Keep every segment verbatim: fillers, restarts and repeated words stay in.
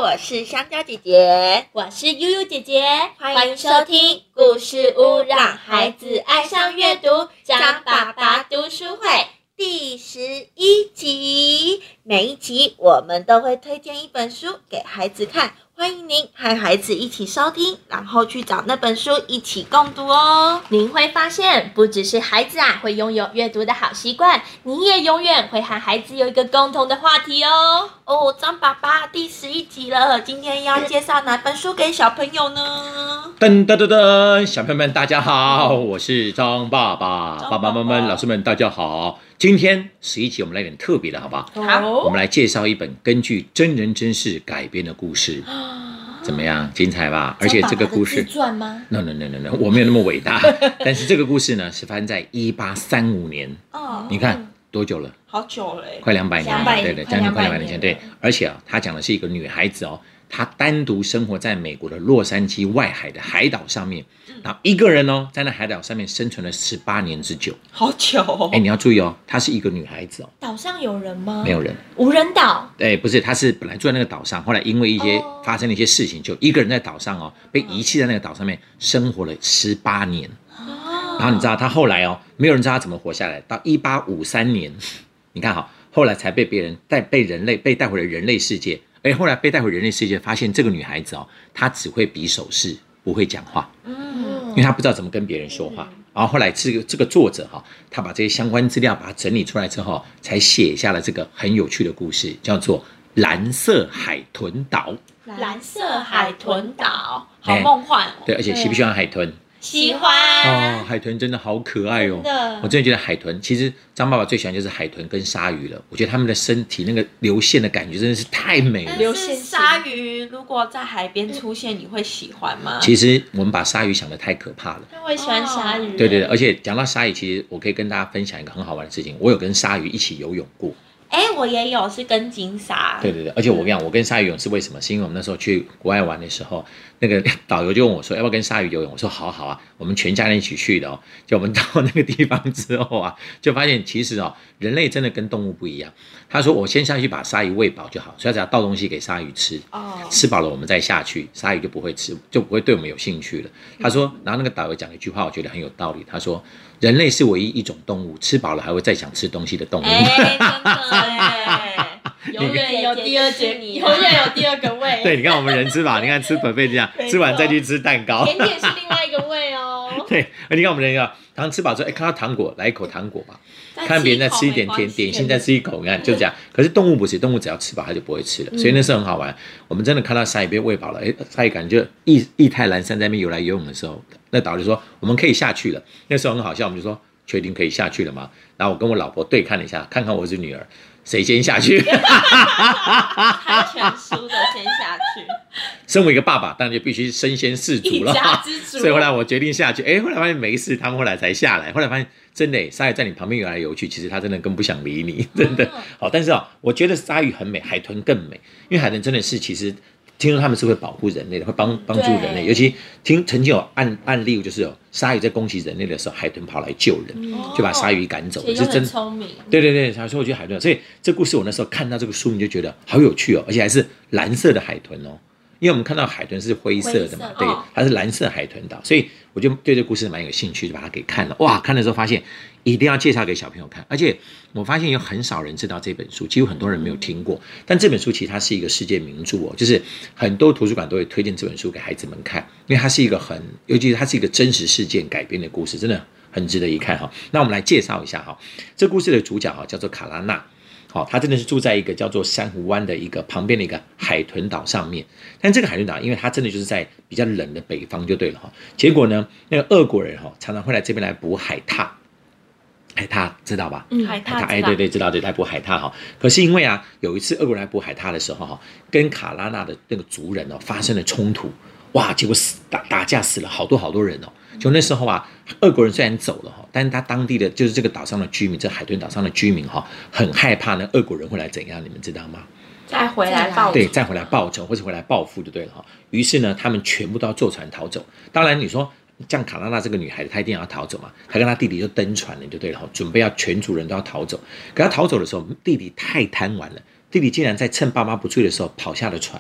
我是香蕉姐姐， 我是悠悠姐姐， 欢迎收听故事屋，让孩子爱上阅读，张爸爸读书会第十一集。每一集我们都会推荐一本书给孩子看，欢迎您和孩子一起收听，然后去找那本书一起共读哦。 您会发现，不只是孩子啊会拥有阅读的好习惯，你也永远会和孩子有一个共同的话题哦。 哦，张爸爸第十一集了，今天要介绍哪本书给小朋友呢？ 噔噔噔噔，小朋友们大家好，我是张爸爸， 张爸爸爸爸妈妈、老师们大家好。今天十一集我们来点特别的，好不好？ 好， 我们来介绍一本根据真人真事改编的故事，怎么样？精彩吧？而且这个故事自传吗 ？No No No No No， 我没有那么伟大。但是这个故事呢，是发生在一八三五年。 哦， 你看多久了？ 好久了耶， 快两百年了， 200 对对， 快将近快 200 两百年前， 年对。而且啊，他讲的是一个女孩子哦，她单独生活在美国的洛杉矶外海的海岛上面，然后一个人哦，在那海岛上面生存了十八年之久。 好久哦。 哎，你要注意哦，她是一个女孩子哦， 岛上有人吗？ 没有人。 无人岛。 哎，不是，她是本来住在那个岛上，后来因为一些哦发生了一些事情，就一个人在岛上哦，被遗弃在那个岛上面生活了十八年。 哦然后你知道她后来哦，没有人知道她怎么活下来，到一八五三年，你看哈、后来才被别人带被人类被带回了人类世界。哎，后来被带回人类世界，发现这个女孩子哦，她只会比手势，不会讲话，因为她不知道怎么跟别人说话。然后后来这个这个作者哈、他把这些相关资料把它整理出来之后，才写下了这个很有趣的故事，叫做《蓝色海豚岛》。 蓝色海豚岛。 好梦幻哦。 对，而且喜不喜欢海豚？ 喜欢。 哦，海豚真的好可爱哦！ 真的我真的觉得海豚，其实张爸爸最喜欢就是海豚跟鲨鱼了。我觉得他们的身体那个流线的感觉真的是太美了。 但是鲨鱼如果在海边出现，你会喜欢吗？ 其实我们把鲨鱼想得太可怕了。 那我也喜欢鲨鱼。 对对对，而且讲到鲨鱼，其实我可以跟大家分享一个很好玩的事情，我有跟鲨鱼一起游泳过。 哎，我也有，是跟金鲨。 对对对，而且我跟你讲，我跟鲨鱼游泳是为什么？是因为我们那时候去国外玩的时候，那个导游就问我说，要不要跟鲨鱼游泳？我说好好啊，我们全家人一起去的哦。就我们到那个地方之后啊，就发现其实哦，人类真的跟动物不一样。他说我先下去把鲨鱼喂饱就好，所以只要倒东西给鲨鱼吃， 哦， 吃饱了我们再下去，鲨鱼就不会吃，就不会对我们有兴趣了。他说，然后那个导游讲了一句话，我觉得很有道理。他说，人类是唯一一种动物，吃饱了还会再想吃东西的动物。 哎，真的哎， 永远有第二节，你永远有第二个胃。 对，你看我们人吃饱，你看吃本费这样，吃完再去吃蛋糕。 甜点是另外一个胃哦。 对，你看我们人啊，常常吃饱之后，哎，看到糖果，来一口糖果吧。看别人在吃一点甜点心，再吃一口，你看就这样。可是动物不是，动物只要吃饱它就不会吃了，所以那时候很好玩。我们真的看到鲨鱼被喂饱了，哎，鲨鱼感觉意意态阑珊在那边游来游泳的时候，那导游说我们可以下去了。那时候很好笑，我们就说确定可以下去了吗？然后我跟我老婆对看了一下，看看我是女儿，谁先下去？ 猜拳输的先下去。 身为一个爸爸，当然就必须身先士卒了。 一家之主。 所以后来我决定下去，哎，后来发现没事，他们后来才下来。后来发现真的，鲨鱼在你旁边游来游去，其实它真的更不想理你，真的。好，但是哦，我觉得鲨鱼很美，海豚更美，因为海豚真的是其实。听说他们是会保护人类的，会帮帮助人类，尤其听曾经有案案例，就是有鲨鱼在攻击人类的时候，海豚跑来救人， 哦、 就把鲨鱼赶走， 是真聪明。 对对对，所以我觉得海豚，所以这故事我那时候看到这个书名就觉得好有趣哦，而且还是蓝色的海豚哦，因为我们看到海豚是灰色的嘛，对，它是蓝色海豚岛，所以我就对这个故事蛮有兴趣，就把它给看了。哇，看的时候发现一定要介绍给小朋友看，而且我发现有很少人知道这本书，几乎很多人没有听过。但这本书其实它是一个世界名著哦，就是很多图书馆都会推荐这本书给孩子们看，因为它是一个很，尤其是它是一个真实事件改编的故事，真的很值得一看哈。那我们来介绍一下哈，这故事的主角哈叫做卡拉娜。好，他真的是住在一个叫做珊瑚湾的一个旁边的一个海豚岛上面，但这个海豚岛，因为它真的就是在比较冷的北方就对了哈。结果呢，那个俄国人哈常常会来这边来捕海獭，海獭知道吧？ 嗯，海獭， 哎，对对，知道对，来捕海獭哈。可是因为啊，有一次俄国人来捕海獭的时候哈，跟卡拉纳的那个族人哦发生了冲突，哇，结果死打打架死了好多好多人哦。就那时候啊，俄国人虽然走了哈，但是他当地的就是这个岛上的居民，这海豚岛上的居民哈，很害怕呢，俄国人会来怎样？你们知道吗？ 再回来报仇， 对，再回来报仇或者回来报复就对了哈。于是呢，他们全部都要坐船逃走。当然，你说像卡拉娜这个女孩子，她一定要逃走嘛，她跟她弟弟就登船了就对了哈，准备要全族人都要逃走。可她逃走的时候，弟弟太贪玩了，弟弟竟然在趁爸妈不注意的时候跑下了船。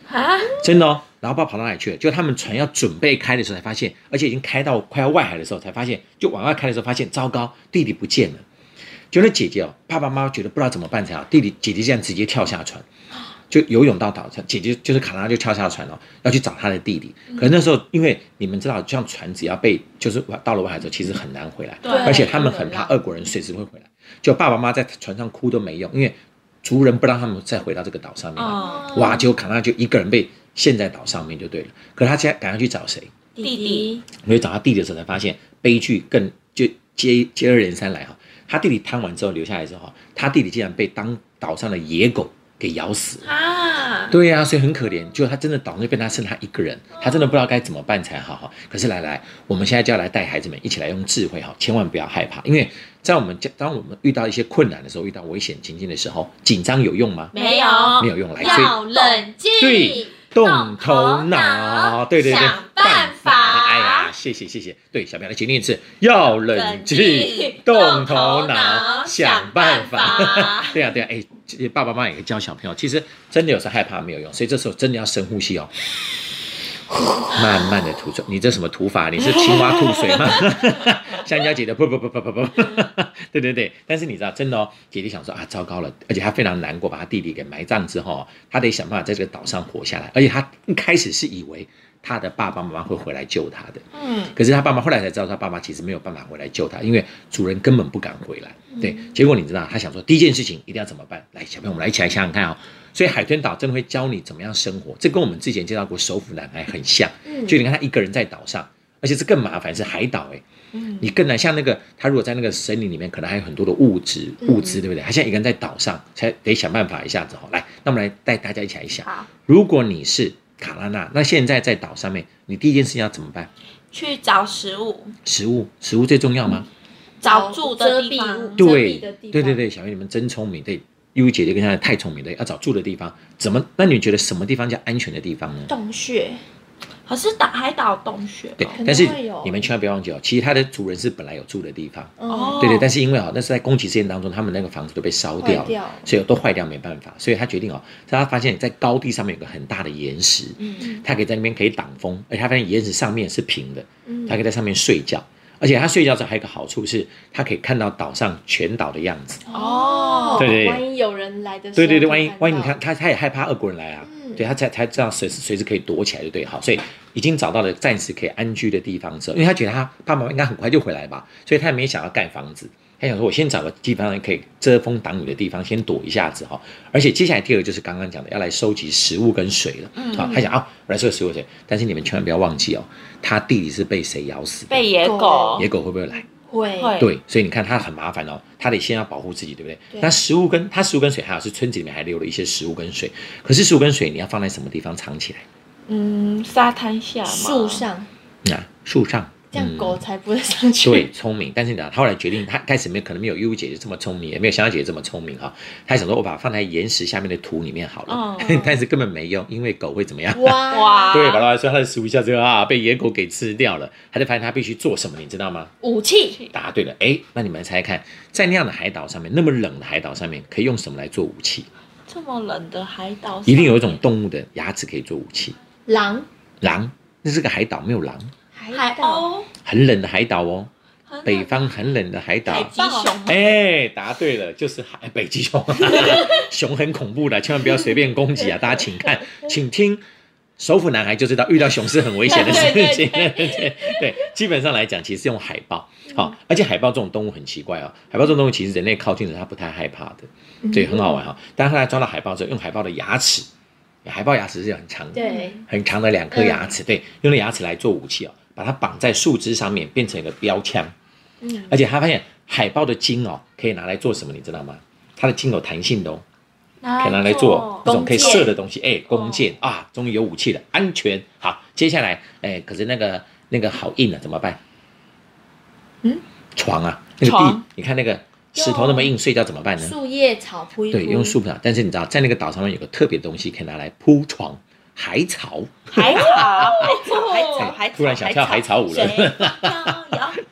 啊， 真的哦。然后不知道跑到哪里去了，就他们船要准备开的时候才发现，而且已经开到快要外海的时候才发现，就往外开的时候发现，糟糕，弟弟不见了。就那姐姐哦，爸爸妈妈觉得不知道怎么办才好，弟弟姐姐这样直接跳下船，就游泳到岛上，姐姐就是卡拉就跳下船哦，要去找他的弟弟。可是那时候，因为你们知道，像船只要被就是到了外海之后，其实很难回来，而且他们很怕俄国人随时会回来。就爸爸妈妈在船上哭都没用，因为族人不让他们再回到这个岛上面。哦、哇，结果卡拉就一个人被陷在岛上面就对了。可是他现在赶快去找谁？ 弟弟。 因为找他弟弟的时候才发现悲剧更就接接二连三来哈。他弟弟贪完之后留下来之后，他弟弟竟然被当岛上的野狗给咬死了啊！对呀、啊，所以很可怜。就他真的岛上就变他剩他一个人，他真的不知道该怎么办才好哈。可是来来，我们现在就要来带孩子们一起来用智慧哈，千万不要害怕，因为在我们当我们遇到一些困难的时候，遇到危险情境的时候，紧张有用吗？ 没有， 没有用。来， 要冷静， 对，动头脑，对对对， 想办法。 哎呀，谢谢谢谢。对，小朋友来，请念一次，要冷静，动头脑，想办法。对啊对啊，哎，爸爸妈妈也可以教小朋友，其实真的有时候害怕没有用，所以这时候真的要深呼吸哦。慢慢的吐出，你这什么吐法？你是青蛙吐水吗？香蕉姐的不不不不不不，对对对。但是你知道，真的哦，姐姐想说啊，糟糕了，而且她非常难过，把她弟弟给埋葬之后，她得想办法在这个岛上活下来。而且她一开始是以为她的爸爸妈妈会回来救她的，嗯，可是她爸妈后来才知道，她爸妈其实没有办法回来救她，因为主人根本不敢回来。对，结果你知道，她想说第一件事情一定要怎么办？来，小朋友，我们来一起来想想看哦。所以海豚岛真的会教你怎么样生活，这跟我们之前介绍过首府男孩很像。嗯，就你看他一个人在岛上，而且这更麻烦，是海岛哎、欸，嗯，你更难。像那个他如果在那个森林里面，可能还有很多的物质物资，对不对？他现在一个人在岛上，才得想办法一下子哈。来，那我们来带大家一起来想，如果你是卡拉娜，那现在在岛上面，你第一件事情要怎么办？ 去找食物。 食物，食物最重要吗？ 找住的地方。 对，对对对，小妹你们真聪明，对。悠悠姐姐跟她太聪明了，要找住的地方，怎么？那你觉得什么地方叫安全的地方呢？ 洞穴，可是岛海岛洞穴， 对，但是你们千万不要忘记哦，其实它的主人是本来有住的地方，哦，对对，但是因为哦，那是在攻击事件当中，他们那个房子都被烧掉了，所以都坏掉没办法，所以他决定哦，他发现在高地上面有个很大的岩石，嗯，他可以在那边可以挡风，而且他发现岩石上面是平的，嗯，他可以在上面睡觉。而且他睡觉时候还有一个好处是，他可以看到岛上全岛的样子。 哦， 对对对， 万一有人来的时候， 对对对，万一万一你看他，他也害怕俄国人来啊，嗯、对他才才这样随时随时可以躲起来就对，好，所以已经找到了暂时可以安居的地方之后，因为他觉得他爸爸妈妈应该很快就回来吧，所以他也没想要盖房子。他想说，我先找个地方可以遮风挡雨的地方，先躲一下子哈。而且接下来第二个就是刚刚讲的，要来收集食物跟水了。嗯，好，他想啊、哦，我来收集食物水，但是你们千万不要忘记哦，他弟弟是被谁咬死的？ 被野狗。 野狗会不会来？ 会。 对，所以你看他很麻烦哦，他得先要保护自己，对不对？对。那食物跟他食物跟水，还有是村子里面还留了一些食物跟水，可是食物跟水你要放在什么地方藏起来？ 嗯，沙滩下、 树上。 啊，树上。 这样狗才不会上去。 嗯、对，聪明。但是呢，他后来决定，他开始没有可能没有悠悠姐姐这么聪明，也没有香蕉姐姐这么聪明哈。他想说，我把它放在岩石下面的土里面好了，哦、但是根本没用，因为狗会怎么样？ 哇！ 对，把它说它的食物一下之后啊，被野狗给吃掉了。他就发现他必须做什么，你知道吗？ 武器。 答对了，哎，那你们猜猜看，在那样的海岛上面，那么冷的海岛上面，可以用什么来做武器？ 这么冷的海岛， 一定有一种动物的牙齿可以做武器。 狼。 狼？那是个海岛，没有狼。 海鸥， 很冷的海岛哦，北方很冷的海岛。 北极熊， 哎，答对了，就是海北极熊。熊很恐怖的，千万不要随便攻击啊！大家请看，请听首府男孩就知道，遇到熊是很危险的事情。对对 对, 对，基本上来讲，其实是用海豹。好、哦，而且海豹这种动物很奇怪哦，海豹这种动物其实人类靠近的它不太害怕的，所以很好玩哈、哦。但是后来抓到海豹之后，用海豹的牙齿。海豹牙齿是很长的， 对， 很长的两颗牙齿，嗯、对，用那牙齿来做武器哦，把它绑在树枝上面，变成一个标枪。嗯，而且他发现海豹的筋哦，可以拿来做什么？你知道吗？它的筋有弹性的哦，可以拿来做那种可以射的东西，哎，弓箭、哦、啊，终于有武器了，安全。好，接下来，哎，可是那个那个好硬啊，怎么办？嗯，床啊，那个地，你看那个。石头那么硬，睡觉怎么办呢？ 树叶草铺一铺。 对，用树草。但是你知道，在那个岛上面有个特别的东西可以拿来铺床，海草。 海草，海草，海草， 突然想跳海草舞了。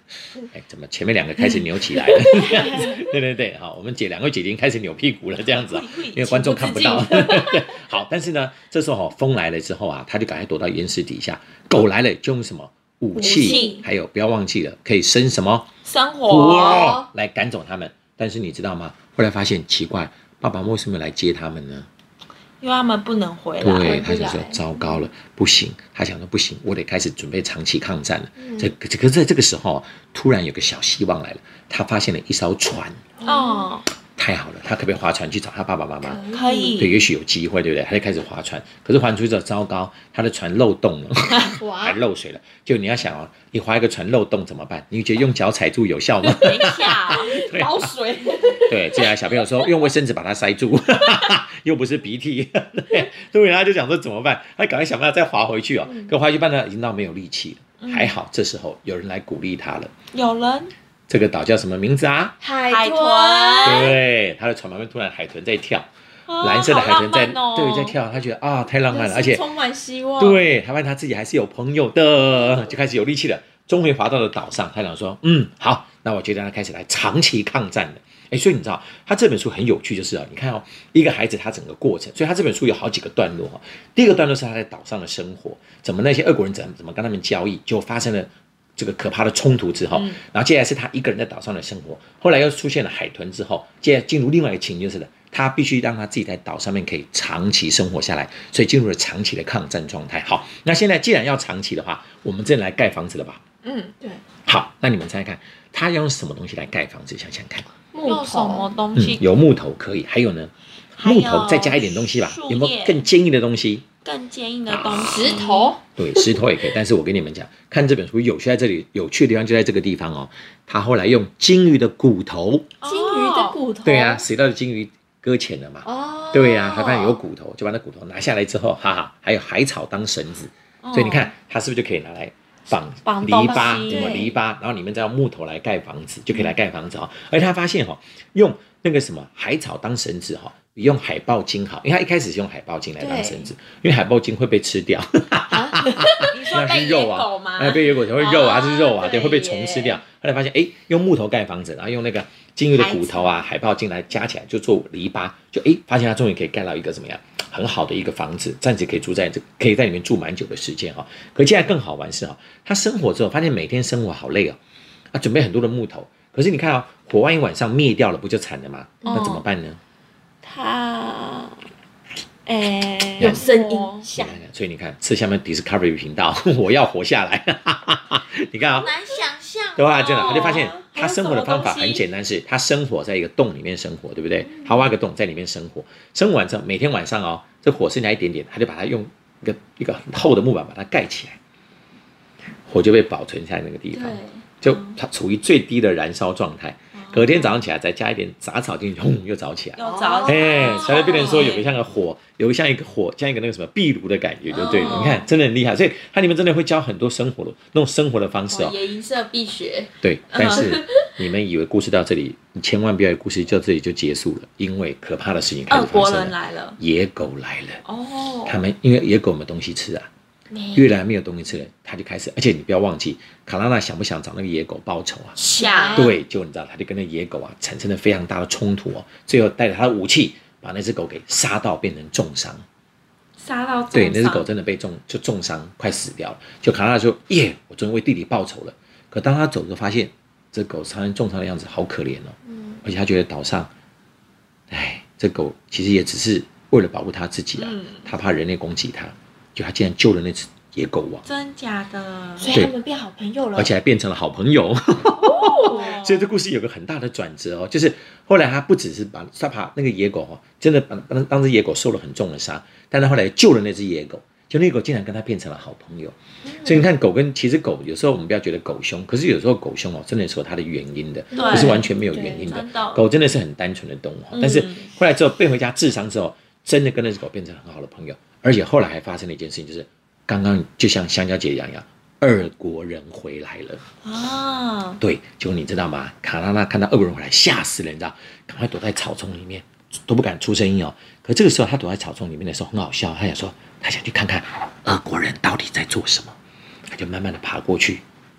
哎，怎么前面两个开始扭起来了？对对对，好，我们姐两位姐姐已经开始扭屁股了，这样子啊，因为观众看不到。好，但是呢，这时候风来了之后啊，他就赶快躲到岩石底下。狗来了就用什么武器？ 武器还有不要忘记了，可以生什么生火火来赶走他们。但是你知道吗？后来发现奇怪，爸爸为什么来接他们呢？ 因为他们不能回来。 对，他就说糟糕了，不行。他想说不行，我得开始准备长期抗战了。嗯、这可是在这个时候，突然有个小希望来了，他发现了一艘船。 哦， 太好了，他可不可以划船去找他爸爸妈妈？ 可以。 对，也许有机会，对不对？他就开始划船，可是划出去之后，糟糕，他的船漏洞了，还漏水了。就你要想哦，你划一个船漏洞怎么办？你觉得用脚踩住有效吗？ 等一下， 包水。 对，接下来小朋友说用卫生纸把它塞住，又不是鼻涕。对，对，他就想说怎么办？他赶快想办法再划回去哦。嗯、可划一半呢，已经到没有力气了。嗯、还好，这时候有人来鼓励他了。 有人。 这个岛叫什么名字啊？ 海豚。 对，他的船旁边突然海豚在跳，哦、蓝色的海豚在、 哦、 对在跳，他觉得啊太浪漫了，而且充满希望。 对，他发现他自己还是有朋友的，就开始有力气了。终于滑到了岛上，他想说，嗯，好，那我决定他开始来长期抗战了。哎，所以你知道，他这本书很有趣，就是啊，你看哦，一个孩子他整个过程，所以他这本书有好几个段落哈。第一个段落是他在岛上的生活，怎么那些俄国人怎么怎么跟他们交易，就发生了这个可怕的冲突之后，嗯、然后接下来是他一个人在岛上的生活，后来又出现了海豚之后，接下来进入另外一个情境，就是他必须让他自己在岛上面可以长期生活下来，所以进入了长期的抗战状态。好，那现在既然要长期的话，我们真的来盖房子了吧？ 嗯，对。 好，那你们猜猜看，他要用什么东西来盖房子？想想看。 木头什么东西、 嗯？有木头可以，还有呢？木头再加一点东西吧，有没有更坚硬的东西？ 更坚硬的东西， 石头。 对，石头也可以。但是我跟你们讲，看这本书有趣在这里，有趣的地方就在这个地方哦。他后来用金鱼的骨头， 金鱼的骨头， 对啊，谁到的金鱼搁浅了嘛？哦，对啊，他发现有骨头，就把那骨头拿下来之后，哈哈，还有海草当绳子，哦、所以你看，他是不是就可以拿来？绑篱笆，什么篱笆，然后你们再用木头来盖房子，就可以来盖房子哈。而他发现哈，用那个什么海草当绳子哈，比用海豹筋好，因为他一开始是用海豹筋来当绳子，因为海豹筋会被吃掉。 你说被野狗吗？ 哎，被野狗才会肉啊，是肉啊，对，会被虫吃掉。后来发现，哎，用木头盖房子，然后用那个金鱼的骨头啊、海豹筋来加起来，就做篱笆，就哎，发现他终于可以盖到一个怎么样？很好的一个房子，暂时可以住在这，可以在里面住蛮久的时间哈。可现在更好玩是哈，他生活之后发现每天生活好累哦，啊，准备很多的木头，可是你看哦，火万一晚上灭掉了，不就惨了吗？哦、那怎么办呢？ 他，哎， 有声音响， 所以你看，吃下面 Discovery 频道，我要活下来，你看啊、哦， 难想象、哦， 对吧？真的，他就发现。他生活的方法很简单，是他生活在一个洞里面生活，对不对？他挖个洞在里面生活，生活完之后，每天晚上哦，这火剩下一点点，他就把它用一个一个很厚的木板把它盖起来，火就被保存在那个地方，就它处于最低的燃烧状态。隔天早上起来再加一点杂草进去，轰，又着起来， 又着起来， 哎，才会变成说有个像个火，有个像一个火，像一个那个什么壁炉的感觉，就对了。哦、你看，真的很厉害，所以它里面真的会教很多生活的那种生活的方式哦。 野营社必学。 对，但是你们以为故事到这里，你千万不要以为故事到这里就结束了，因为可怕的事情开始发生了。 俄国人来了， 野狗来了。 哦， 他们因为野狗没东西吃啊。越来没有东西吃了，他就开始，而且你不要忘记，卡拉娜想不想找那个野狗报仇啊？ 想。 对，就你知道，他就跟那野狗啊产生了非常大的冲突哦，最后带着他的武器把那只狗给杀到变成重伤。 杀到重伤。 对，那只狗真的被重就重伤，快死掉了。就卡拉娜说：“耶，我终于为弟弟报仇了。”可当他走的时候，发现这狗常人重伤的样子好可怜哦，嗯、而且他觉得岛上，哎，这狗其实也只是为了保护他自己啊，嗯、他怕人类攻击他。就他竟然救了那只野狗王， 真假的？ 所以他们变好朋友了， 而且还变成了好朋友。哦、所以这故事有个很大的转折哦，就是后来他不只是把他把那个野狗哦，真的把当当只野狗受了很重的伤，但他后来救了那只野狗，就那狗竟然跟他变成了好朋友。嗯、所以你看，狗跟其实狗有时候我们不要觉得狗凶，可是有时候狗凶哦，真的是有它的原因的，不是完全没有原因的。 的狗真的是很单纯的动物，嗯、但是后来之后背回家治伤之后，真的跟那只狗变成很好的朋友。而且后来还发生了一件事情，就是刚刚就像香蕉姐一样，俄国人回来了啊！对，结果你知道吗？卡拉娜看到俄国人回来，吓死了，你知道，赶快躲在草丛里面，都不敢出声音哦。可这个时候，他躲在草丛里面的时候很好笑，他想说，他想去看看俄国人到底在做什么，他就慢慢的爬过去，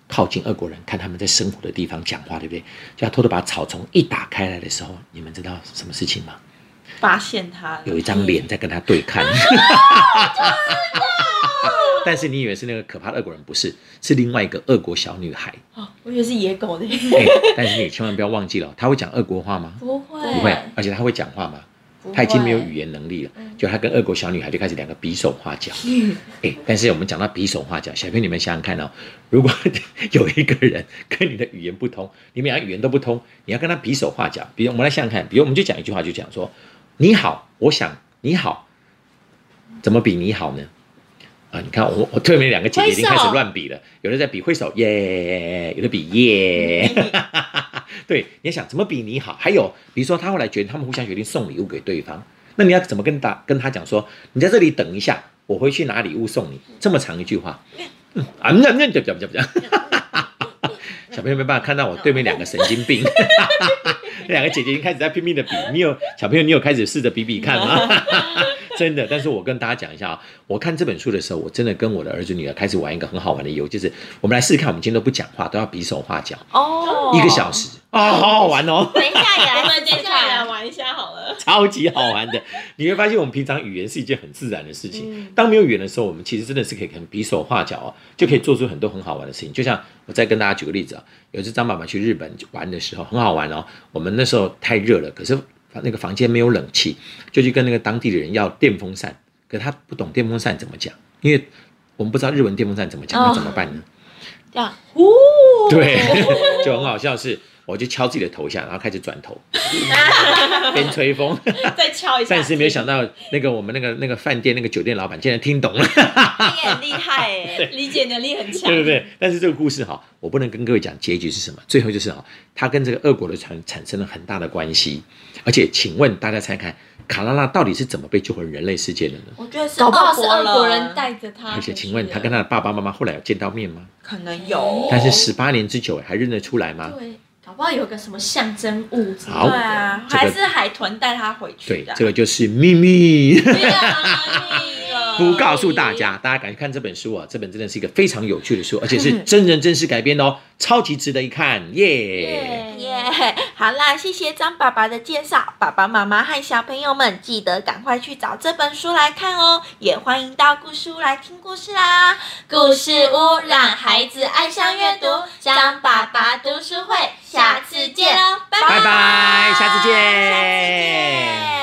靠近俄国人，看他们在生活的地方讲话，对不对？就他偷偷把草丛一打开来的时候，你们知道什么事情吗？ 发现他了有一张脸在跟他对看。但是你以为是那个可怕的俄国人，不是，是另外一个俄国小女孩。 哦，我以为是野狗的。 哎，但是你千万不要忘记了，她会讲俄国话吗？ 不会， 不会，而且她会讲话吗？她已经没有语言能力了，就她跟俄国小女孩就开始两个比手画脚。哎，但是我们讲到比手画脚，小朋友你们想想看哦，如果有一个人跟你的语言不通，你们俩语言都不通，你要跟他比手画脚，比如我们来想想看，比如我们就讲一句话，就讲说你好，我想你好，怎么比你好呢？啊，你看我我对面两个姐姐已经开始乱比了，有的在比挥手耶，有的比耶。对，你要想怎么比你好？还有比如说他后来决定，他们互相决定送礼物给对方，那你要怎么跟他跟他讲说，你在这里等一下，我回去拿礼物送你，这么长一句话，嗯啊，那那讲讲讲讲，小朋友没办法看到我对面两个神经病，那两个姐姐已经开始在拼命的比，你有小朋友你有开始试着比比看吗？真的，但是我跟大家讲一下啊，我看这本书的时候，我真的跟我的儿子女儿开始玩一个很好玩的游戏，就是我们来试试看，我们今天都不讲话，都要比手画脚， 哦， 一个小时啊、哦，好好玩哦。 等一下也来我们试试接下来来看。 玩一下好了。 超级好玩的，你会发现我们平常语言是一件很自然的事情。当没有语言的时候，我们其实真的是可以很比手画脚哦，就可以做出很多很好玩的事情。就像我再跟大家举个例子啊，有一次张爸爸去日本玩的时候，很好玩哦。我们那时候太热了，可是那个房间没有冷气，就去跟那个当地的人要电风扇，可是他不懂电风扇怎么讲，因为我们不知道日文电风扇怎么讲，那怎么办呢？ 这样， 呼， 对，就很好笑是。我就敲自己的头一下，然后开始转头，边吹风， 再敲一下。 但是没有想到，那个我们那个那个饭店那个酒店老板竟然听懂了， 你也很厉害哎。 理解能力很强。 对对对。但是这个故事哈，我不能跟各位讲结局是什么，最后就是哈，他跟这个俄国的船产生了很大的关系。而且，请问大家猜看，卡拉拉到底是怎么被救回人类世界的呢？ 我觉得是搞不好是俄了国人带着他。 而且，请问他跟他的爸爸妈妈后来有见到面吗？ 可能有， 但是十八年之久，还认得出来吗？ 对，搞不好有个什么象征物之类的。 好对啊， 这个还是海豚带他回去对的。， 这个就是秘密。 不要了不告诉大家，大家赶紧看这本书啊！这本真的是一个非常有趣的书，而且是真人真事改编的哦，超级值得一看耶！ 耶，好啦，谢谢张爸爸的介绍，爸爸妈妈和小朋友们记得赶快去找这本书来看哦，也欢迎到故事屋来听故事啦。故事屋让孩子爱上阅读，张爸爸读书会，下次见喽，拜拜拜，下次见。 下次见。